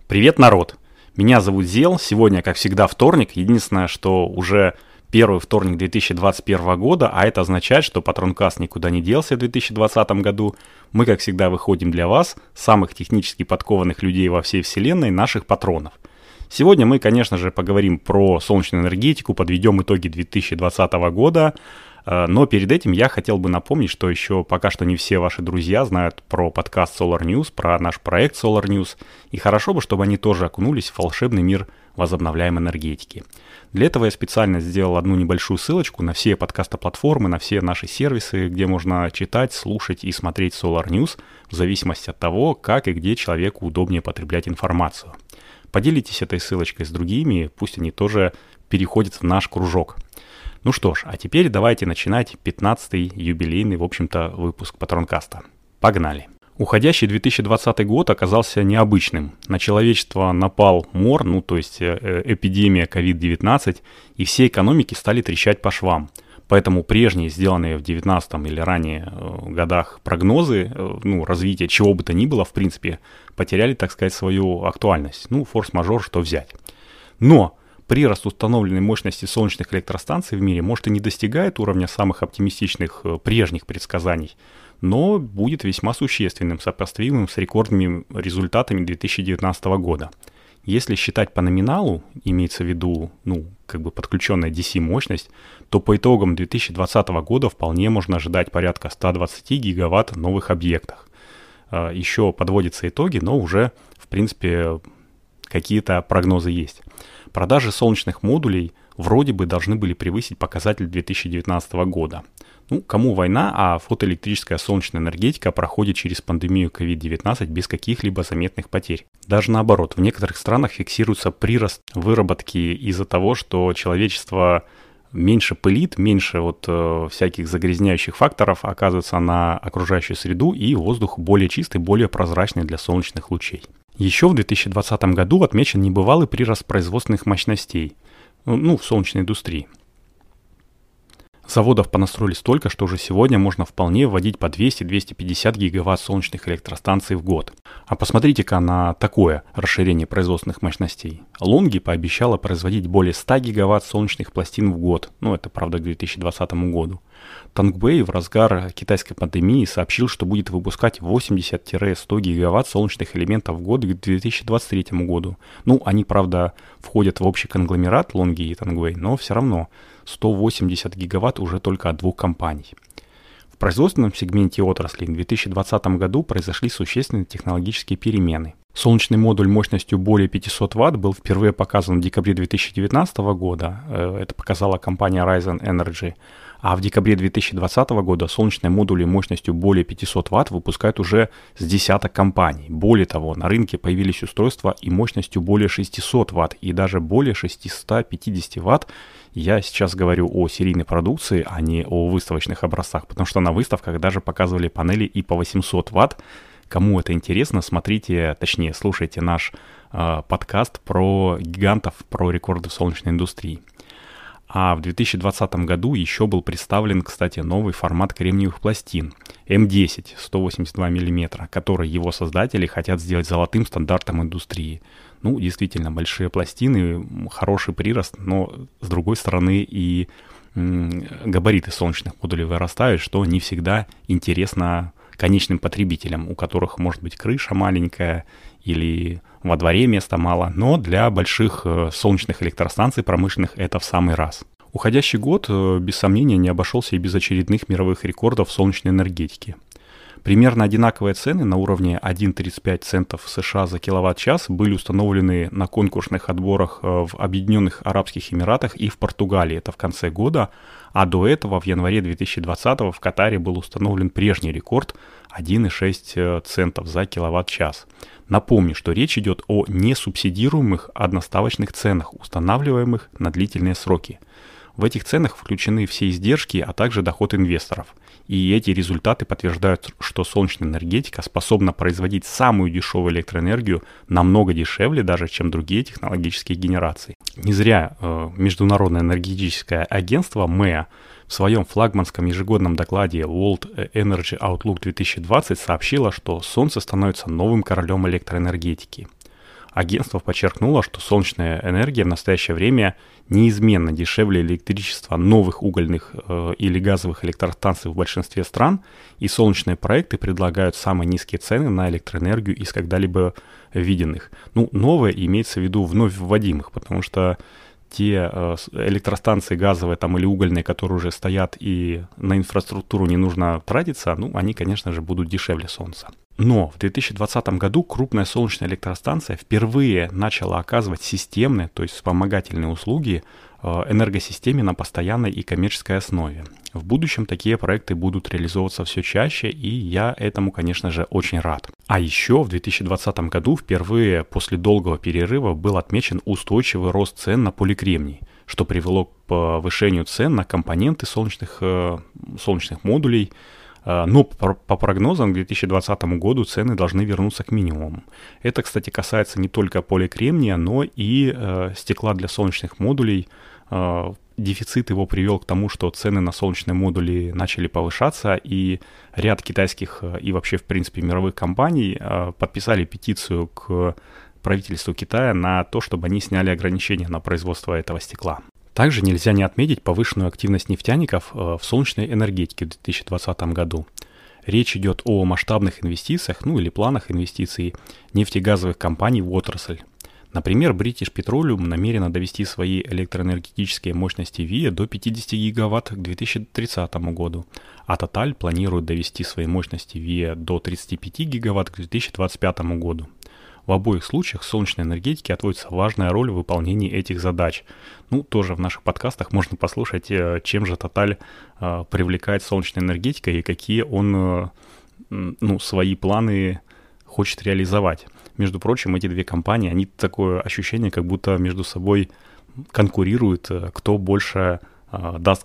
Привет, народ! Меня зовут Зел, сегодня, как всегда, вторник. Единственное, что уже первый вторник 2021 года, а это означает, что Патронкаст никуда не делся в 2020 году. Мы, как всегда, выходим для вас, самых технически подкованных людей во всей вселенной, наших патронов. Сегодня мы, конечно же, поговорим про солнечную энергетику, подведем итоги 2020 года. Но перед этим я хотел бы напомнить, что еще пока что не все ваши друзья знают про подкаст Solar News, про наш проект Solar News. И хорошо бы, чтобы они тоже окунулись в волшебный мир возобновляемой энергетики. Для этого я специально сделал одну небольшую ссылочку на все подкастоплатформы, на все наши сервисы, где можно читать, слушать и смотреть Solar News, в зависимости от того, как и где человеку удобнее потреблять информацию. Поделитесь этой ссылочкой с другими, пусть они тоже переходят в наш кружок. Ну что ж, а теперь давайте начинать 15-й юбилейный, в общем-то, выпуск Патронкаста. Погнали! Уходящий 2020 год оказался необычным. На человечество напал мор, то есть эпидемия COVID-19, и все экономики стали трещать по швам. Поэтому прежние, сделанные в 2019 или ранее годах прогнозы, развития чего бы то ни было, в принципе, потеряли, так сказать, свою актуальность. Форс-мажор, что взять. Но прирост установленной мощности солнечных электростанций в мире, может, и не достигает уровня самых оптимистичных прежних предсказаний, но будет весьма существенным, сопоставимым с рекордными результатами 2019 года. Если считать по номиналу, имеется в виду, подключенная DC-мощность, то по итогам 2020 года вполне можно ожидать порядка 120 гигаватт новых объектах. Еще подводятся итоги, но уже, в принципе, какие-то прогнозы есть. Продажи солнечных модулей вроде бы должны были превысить показатель 2019 года. Кому война, а фотоэлектрическая солнечная энергетика проходит через пандемию COVID-19 без каких-либо заметных потерь. Даже наоборот, в некоторых странах фиксируется прирост выработки из-за того, что человечество меньше пылит, меньше всяких загрязняющих факторов оказывается на окружающую среду, и воздух более чистый, более прозрачный для солнечных лучей. Еще в 2020 году отмечен небывалый прирост производственных мощностей, в солнечной индустрии. Заводов понастроили столько, что уже сегодня можно вполне вводить по 200-250 гигаватт солнечных электростанций в год. А посмотрите-ка на такое расширение производственных мощностей. Лонги пообещала производить более 100 гигаватт солнечных пластин в год. Это, правда, к 2020 году. Тонgbэй в разгар китайской пандемии сообщил, что будет выпускать 80-100 гигаватт солнечных элементов в год к 2023 году. Они, правда, входят в общий конгломерат Лонги и Тонgbэй, но все равно 180 гигаватт уже только от двух компаний. В производственном сегменте отрасли в 2020 году произошли существенные технологические перемены. Солнечный модуль мощностью более 500 Вт был впервые показан в декабре 2019 года, это показала компания Ryzen Energy, а в декабре 2020 года солнечные модули мощностью более 500 Вт выпускают уже с десяток компаний. Более того, на рынке появились устройства и мощностью более 600 Вт и даже более 650 Вт. Я сейчас говорю о серийной продукции, а не о выставочных образцах, потому что на выставках даже показывали панели и по 800 Вт. Кому это интересно, слушайте наш подкаст про гигантов, про рекорды в солнечной индустрии. А в 2020 году еще был представлен, кстати, новый формат кремниевых пластин М10 182 мм, который его создатели хотят сделать золотым стандартом индустрии. Действительно, большие пластины, хороший прирост, но с другой стороны и габариты солнечных модулей вырастают, что не всегда интересно конечным потребителям, у которых может быть крыша маленькая или во дворе места мало, но для больших солнечных электростанций промышленных это в самый раз. Уходящий год, без сомнения, не обошелся и без очередных мировых рекордов солнечной энергетики. Примерно одинаковые цены на уровне 1,35 центов США за киловатт-час были установлены на конкурсных отборах в Объединенных Арабских Эмиратах и в Португалии, это в конце года, а до этого в январе 2020 в Катаре был установлен прежний рекорд 1,6 центов за киловатт-час. Напомню, что речь идет о несубсидируемых одноставочных ценах, устанавливаемых на длительные сроки. В этих ценах включены все издержки, а также доход инвесторов. И эти результаты подтверждают, что солнечная энергетика способна производить самую дешевую электроэнергию намного дешевле даже, чем другие технологические генерации. Не зря Международное энергетическое агентство МЭА в своем флагманском ежегодном докладе World Energy Outlook 2020 сообщило, что Солнце становится новым королем электроэнергетики. Агентство подчеркнуло, что солнечная энергия в настоящее время неизменно дешевле электричества новых угольных или газовых электростанций в большинстве стран, и солнечные проекты предлагают самые низкие цены на электроэнергию из когда-либо виденных. Ну, новое имеется в виду вновь вводимых, потому что те электростанции газовые там, или угольные, которые уже стоят и на инфраструктуру не нужно тратиться, ну, они, конечно же, будут дешевле солнца. Но в 2020 году крупная солнечная электростанция впервые начала оказывать системные, то есть вспомогательные услуги энергосистеме на постоянной и коммерческой основе. В будущем такие проекты будут реализовываться все чаще, и я этому, конечно же, очень рад. А еще в 2020 году впервые после долгого перерыва был отмечен устойчивый рост цен на поликремний, что привело к повышению цен на компоненты солнечных модулей. Но по прогнозам к 2020 году цены должны вернуться к минимуму. Это, кстати, касается не только поликремния, но и стекла для солнечных модулей. Дефицит его привел к тому, что цены на солнечные модули начали повышаться, и ряд китайских и вообще, в принципе, мировых компаний подписали петицию к правительству Китая на то, чтобы они сняли ограничения на производство этого стекла. Также нельзя не отметить повышенную активность нефтяников в солнечной энергетике в 2020 году. Речь идет о масштабных инвестициях, ну или планах инвестиций нефтегазовых компаний в отрасль. Например, British Petroleum намерена довести свои электроэнергетические мощности ВИА до 50 гигаватт к 2030 году, а Total планирует довести свои мощности ВИА до 35 гигаватт к 2025 году. В обоих случаях солнечной энергетике отводится важная роль в выполнении этих задач. Ну, тоже в наших подкастах можно послушать, чем же Total привлекает солнечной энергетикой и какие он свои планы хочет реализовать. Между прочим, эти две компании, они такое ощущение, как будто между собой конкурируют, кто больше даст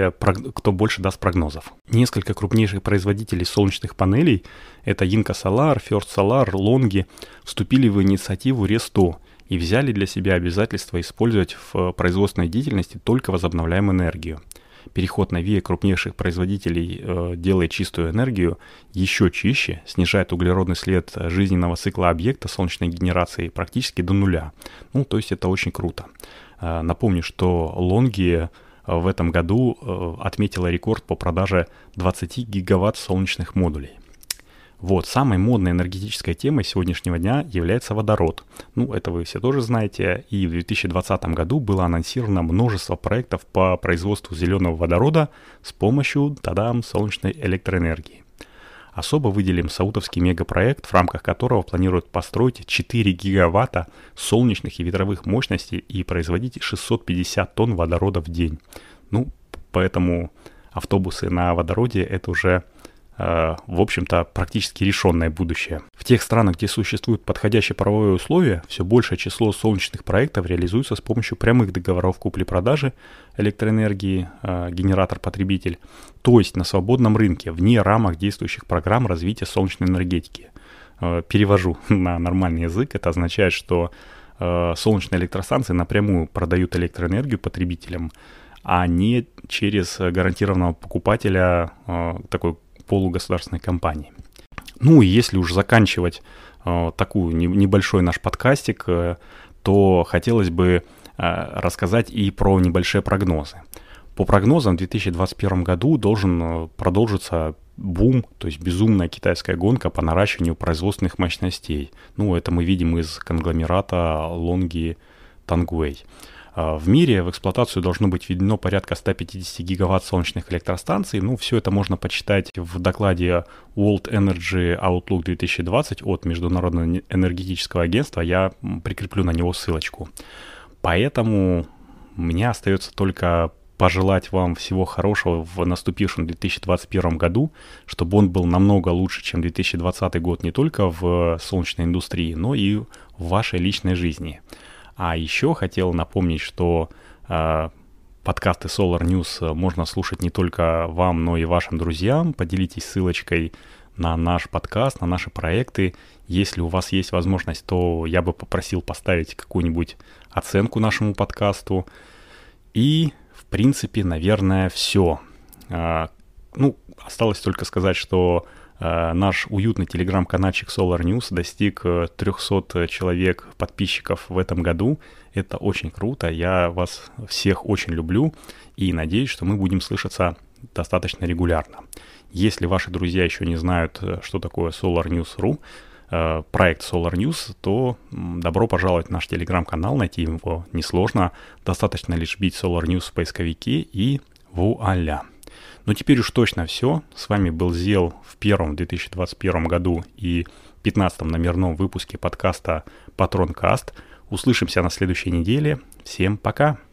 прогнозов. Несколько крупнейших производителей солнечных панелей, это Yinka Solar, First Solar, Longi, вступили в инициативу RE100 и взяли для себя обязательство использовать в производственной деятельности только возобновляемую энергию. Переход на ВИА крупнейших производителей делает чистую энергию еще чище, снижает углеродный след жизненного цикла объекта солнечной генерации практически до нуля. Ну, то есть это очень круто. Напомню, что Longi в этом году отметила рекорд по продаже 20 гигаватт солнечных модулей. Вот, самой модной энергетической темой сегодняшнего дня является водород. Ну, это вы все тоже знаете. И в 2020 году было анонсировано множество проектов по производству зеленого водорода с помощью, солнечной электроэнергии. Особо выделим саудовский мегапроект, в рамках которого планируют построить 4 гигаватта солнечных и ветровых мощностей и производить 650 тонн водорода в день. Ну, поэтому автобусы на водороде — это уже, в общем-то, практически решенное будущее. В тех странах, где существуют подходящие правовые условия, все большее число солнечных проектов реализуется с помощью прямых договоров купли-продажи электроэнергии, генератор-потребитель, то есть на свободном рынке, вне рамок действующих программ развития солнечной энергетики. Перевожу на нормальный язык, это означает, что солнечные электростанции напрямую продают электроэнергию потребителям, а не через гарантированного покупателя такой полугосударственной компании. Ну и если уж заканчивать такой небольшой наш подкастик, то хотелось бы рассказать и про небольшие прогнозы. По прогнозам, в 2021 году должен продолжиться бум, то есть безумная китайская гонка по наращиванию производственных мощностей. Ну, это мы видим из конгломерата Longi Tongwei. В мире в эксплуатацию должно быть введено порядка 150 гигаватт солнечных электростанций. Ну, все это можно почитать в докладе World Energy Outlook 2020 от Международного энергетического агентства. Я прикреплю на него ссылочку. Поэтому мне остается только пожелать вам всего хорошего в наступившем 2021 году, чтобы он был намного лучше, чем 2020 год не только в солнечной индустрии, но и в вашей личной жизни. А еще хотел напомнить, что подкасты Solar News можно слушать не только вам, но и вашим друзьям. Поделитесь ссылочкой на наш подкаст, на наши проекты. Если у вас есть возможность, то я бы попросил поставить какую-нибудь оценку нашему подкасту. И, в принципе, наверное, все. Осталось только сказать, что Наш уютный телеграм-канальчик Solar News достиг 300 человек подписчиков в этом году. Это очень круто. Я вас всех очень люблю и надеюсь, что мы будем слышаться достаточно регулярно. Если ваши друзья еще не знают, что такое Solar News.ru, проект Solar News, то добро пожаловать в наш телеграм-канал, найти его несложно. Достаточно лишь бить Solar News в поисковике и вуаля. Ну теперь уж точно все. С вами был Зел в первом 2021 году и 15-м номерном выпуске подкаста Патронкаст. Услышимся на следующей неделе. Всем пока!